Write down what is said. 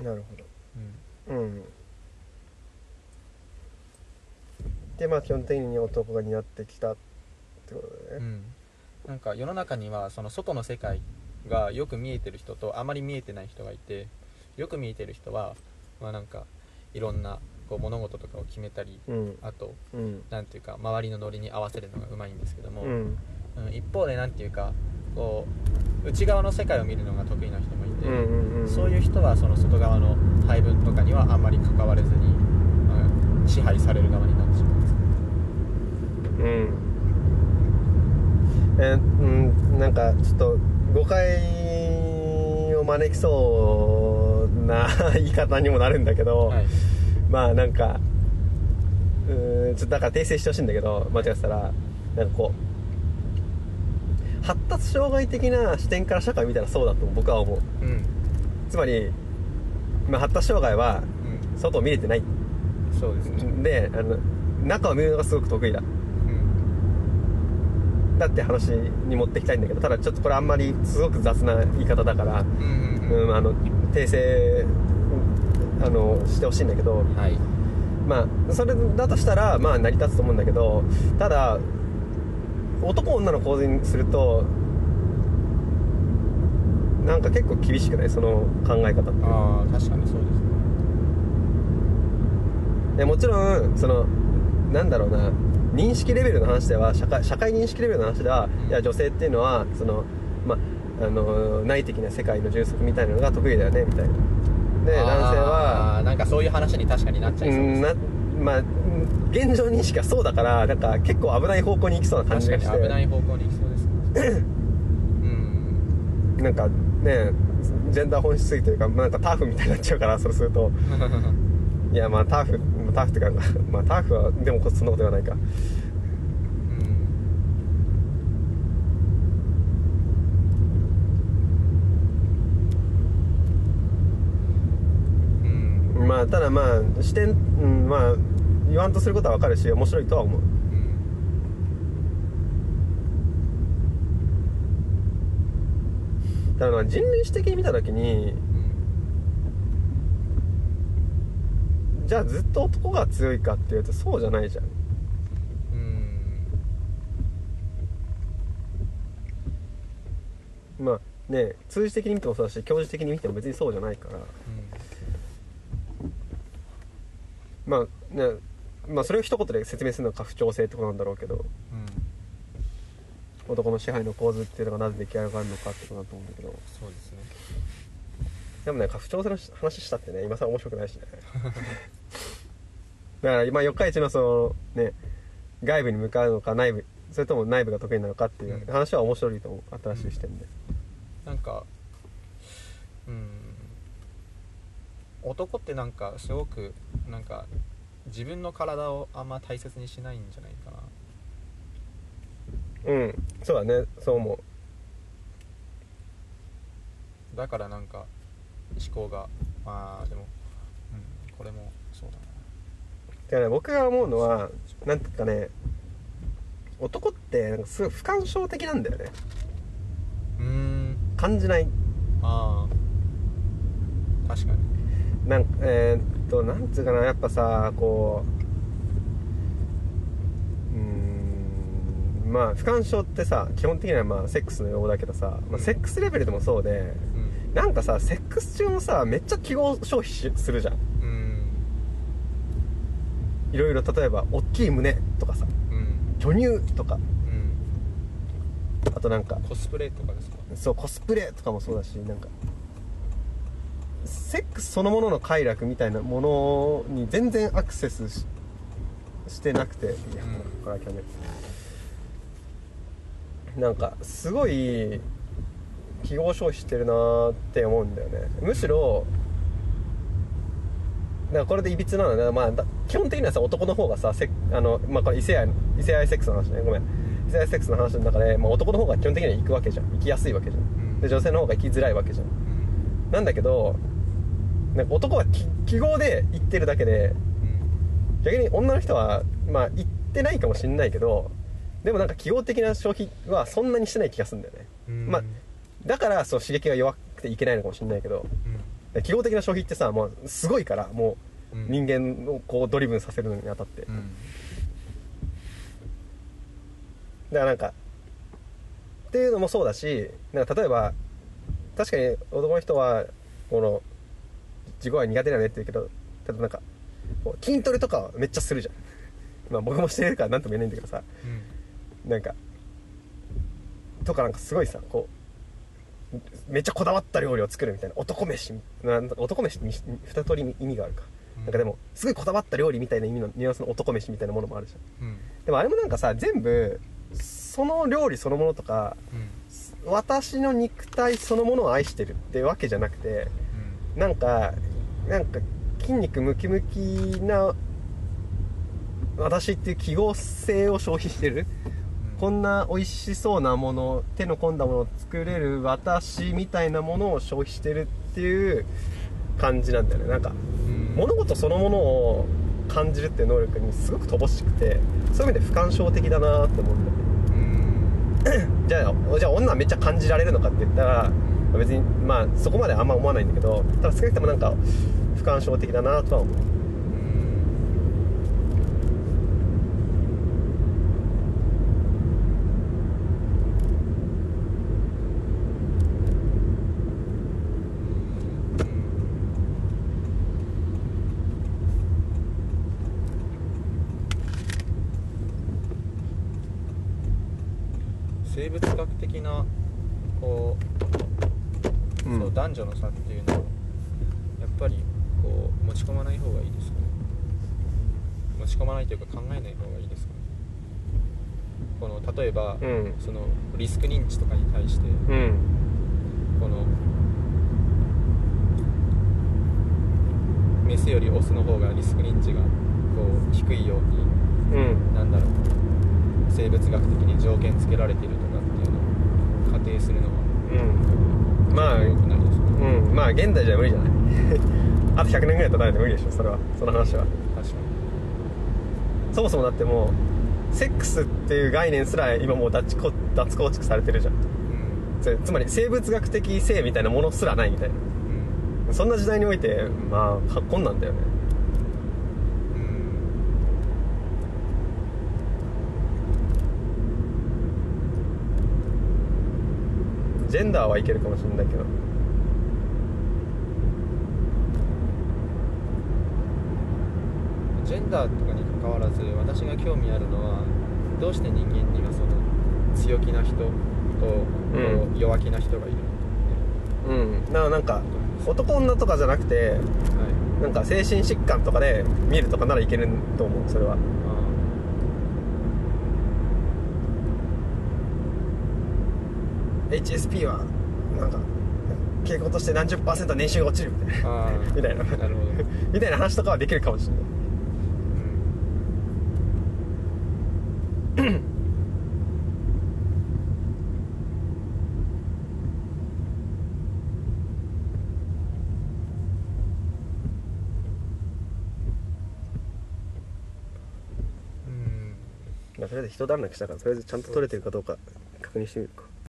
なるほど。でまあ基本的に男が担ってきたってことだね。 なんか世の中にはその外の世界がよく見えてる人とあまり見えてない人がいて、よく見えてる人はまあなんかいろんなこう物事とかを決めたり、あと、なんていうか周りのノリに合わせるのがうまいんですけども、一方でなんていうかこう内側の世界を見るのが得意な人もいて、そういう人はその外側の配分とかにはあんまり関われずに、支配される側になってしまうんです。 なんかちょっと誤解を招きそうな言い方にもなるんだけど、まあなんかちょっとだから訂正してほしいんだけど、間違ってたらなんかこう発達障害的な視点から社会を見たらそうだと僕は思う。つまり、まあ、発達障害は外を見れてない、 そうですね。 で中を見るのがすごく得意だ、だって話に持ってきたいんだけど、ただちょっとこれあんまりすごく雑な言い方だから、訂正してほしいんだけど、まあそれだとしたらまあ成り立つと思うんだけど、ただ男女の構図にするとなんか結構厳しくない、その考え方って。 確かにそうですね。 もちろんそのなんだろうな、認識レベルの話では社会認識レベルの話では、いや女性っていうのはその内的な世界の充足みたいなのが得意だよねみたいな。で男性はなんかそういう話に確かになっちゃいそうです。 まあ現状認識はそうだから、なんか結構危ない方向に行きそうな感じがして。 確かに危ない方向に行きそうですね。 なんかね、ジェンダー本質主義というか、なんかターフみたいになっちゃうから、そうするといやまあターフっていうか、まあターフはでもそんなことではないか。まあただまあ視点、まあ言わんとすることは分かるし面白いとは思う。だから人類史的に見たときに、じゃあずっと男が強いかっていうとそうじゃないじゃん。まあね、通じ的に見てもそうだし教授的に見ても別にそうじゃないから、まあね、まあそれを一言で説明するのが家父長制ってことなんだろうけど、男の支配の構図っていうのがなぜ出来上がるのかってことだと思うんだけど。 そうですね。 でもね、家父長制の話したってね今更面白くないしねだから今四日市のそのね、外部に向かうのか内部、それとも内部が得意なのかっていう話は面白いと思う、新しい視点で。 なんか男ってなんかすごくなんか自分の体をあんま大切にしないんじゃないかな。 そうだね、そう思う。だからなんか思考がまあでも、これもそうだな。 だから僕が思うのはなんていうかね、男ってなんかすごい不干渉的なんだよね。感じない。 確かに。 なんつうかな、やっぱさこうまあ不干渉ってさ基本的にはまあセックスの用語だけどさ、まあ、セックスレベルでもそうで、なんかさセックス中もさめっちゃ記号消費するじゃん。いろいろ、例えば大きい胸とかさ、巨乳とか、あとなんかコスプレとかですか。 そう、コスプレとかもそうだし、なんかセックスそのものの快楽みたいなものに全然アクセスしてなくて、いや、これは去年なんかすごい記号消費してるなーって思うんだよね。むしろだからこれでいびつなのは、まあ、基本的にはさ男の方がさまあ、これ異性愛セックスの話ね、ごめん、異性愛セックスの話の中で、まあ、男の方が基本的には行くわけじゃん、行きやすいわけじゃん、で女性の方が行きづらいわけじゃん、なんだけどなんか男は記号で行ってるだけで、逆に女の人はまあ行ってないかもしれないけど、でもなんか記号的な消費はそんなにしてない気がするんだよね。まあだからそう刺激が弱くていけないのかもしれないけど、 記号的な消費ってさ、もうすごいから、もう人間をこうドリブンさせるのにあたって、だからなんかっていうのもそうだし、なんか例えば確かに男の人はこの自己愛苦手だねって言うけど、例えばなんか筋トレとかはめっちゃするじゃん。まあ僕もしてるから何とも言えないんだけどさ、なんかとかなんかすごいさ、こうめっちゃこだわった料理を作るみたいな、男飯って二通り意味があるか、なんかでもすごいこだわった料理みたいな意味のニュアンスの男飯みたいなものもあるじゃん、でもあれもなんかさ、全部その料理そのものとか、私の肉体そのものを愛してるってわけじゃなくて、なんか筋肉ムキムキな私っていう記号性を消費してる、こんな美味しそうなもの、手の込んだものを作れる私みたいなものを消費してるっていう感じなんだよね。なんか物事そのものを感じるっていう能力にすごく乏しくて、そういう意味で不干渉的だなって思うんだよね。じゃあ女はめっちゃ感じられるのかって言ったら別にまあそこまであんま思わないんだけど、ただ少なくともなんか不干渉的だなとは思う。 生物学的なこう、その男女の差っていうのをやっぱりこう持ち込まない方がいいですかね。持ち込まないというか考えない方がいいですかね。この例えば、そのリスク認知とかに対して、このメスよりオスの方がリスク認知がこう低いように、なんだろう、生物学的に条件付けられているとかっていうのを仮定するのは、 まあ良くないですかね。 まあ現代じゃ無理じゃないあと100年ぐらい経たないと無理でしょ、その話は。 確かに。 そもそもだってもうセックスっていう概念すら今もう脱構築されてるじゃん、つまり生物学的性みたいなものすらないみたいな、そんな時代においてまあこんなんだよね。ジェンダーはいけるかもしれないけど、 ジェンダーとかに関わらず私が興味あるのは、どうして人間にはその強気な人と、弱気な人がいるのか、 なんか男女とかじゃなくて、なんか精神疾患とかで見るとかならいけると思う。それはHSP はなんか傾向として何十%年収が落ちるみたいなみたいななるほどみたいな話とかはできるかもしれない。とりあえず一段落したから、とりあえずちゃんと取れてるかどうか確認してみるか。